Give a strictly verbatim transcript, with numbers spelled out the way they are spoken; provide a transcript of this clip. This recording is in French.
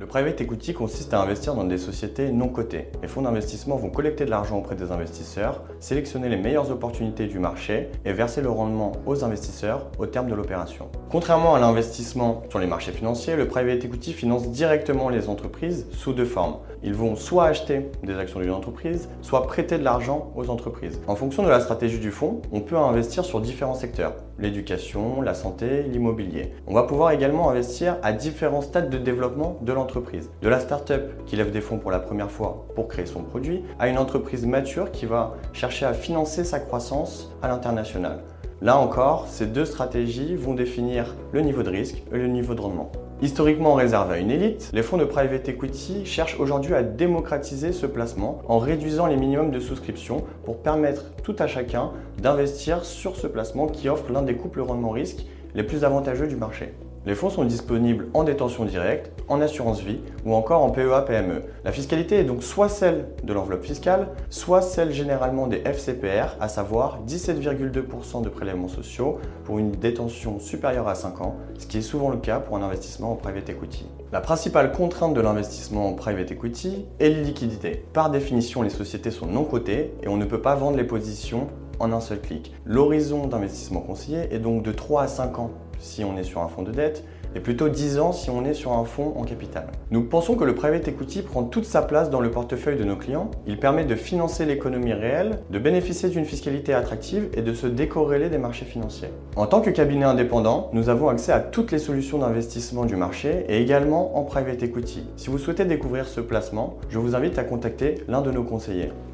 private equity consiste à investir dans des sociétés non cotées. Les fonds d'investissement vont collecter de l'argent auprès des investisseurs, sélectionner les meilleures opportunités du marché et verser le rendement aux investisseurs au terme de l'opération. Contrairement à l'investissement sur les marchés financiers, le private equity finance directement les entreprises sous deux formes. Ils vont soit acheter des actions d'une entreprise, soit prêter de l'argent aux entreprises. En fonction de la stratégie du fonds, on peut investir sur différents secteurs: l'éducation, la santé, l'immobilier. On va pouvoir également investir à différents stades de développement de l'entreprise. De la start-up qui lève des fonds pour la première fois pour créer son produit, à une entreprise mature qui va chercher à financer sa croissance à l'international. Là encore, ces deux stratégies vont définir le niveau de risque et le niveau de rendement. Historiquement réservé à une élite, les fonds de private equity cherchent aujourd'hui à démocratiser ce placement en réduisant les minimums de souscription pour permettre tout à chacun d'investir sur ce placement qui offre l'un des couples rendement-risque les plus avantageux du marché. Les fonds sont disponibles en détention directe, en assurance vie ou encore en P E A P M E. La fiscalité est donc soit celle de l'enveloppe fiscale, soit celle généralement des F C P R, à savoir dix-sept virgule deux pour cent de prélèvements sociaux pour une détention supérieure à cinq ans, ce qui est souvent le cas pour un investissement en private equity. La principale contrainte de l'investissement en private equity est l'illiquidité. Par définition, les sociétés sont non cotées et on ne peut pas vendre les positions en un seul clic. L'horizon d'investissement conseillé est donc de trois à cinq ans si on est sur un fonds de dette, et plutôt dix ans si on est sur un fonds en capital. Nous pensons que le private equity prend toute sa place dans le portefeuille de nos clients. Il permet de financer l'économie réelle, de bénéficier d'une fiscalité attractive et de se décorréler des marchés financiers. En tant que cabinet indépendant, nous avons accès à toutes les solutions d'investissement du marché et également en private equity. Si vous souhaitez découvrir ce placement, je vous invite à contacter l'un de nos conseillers.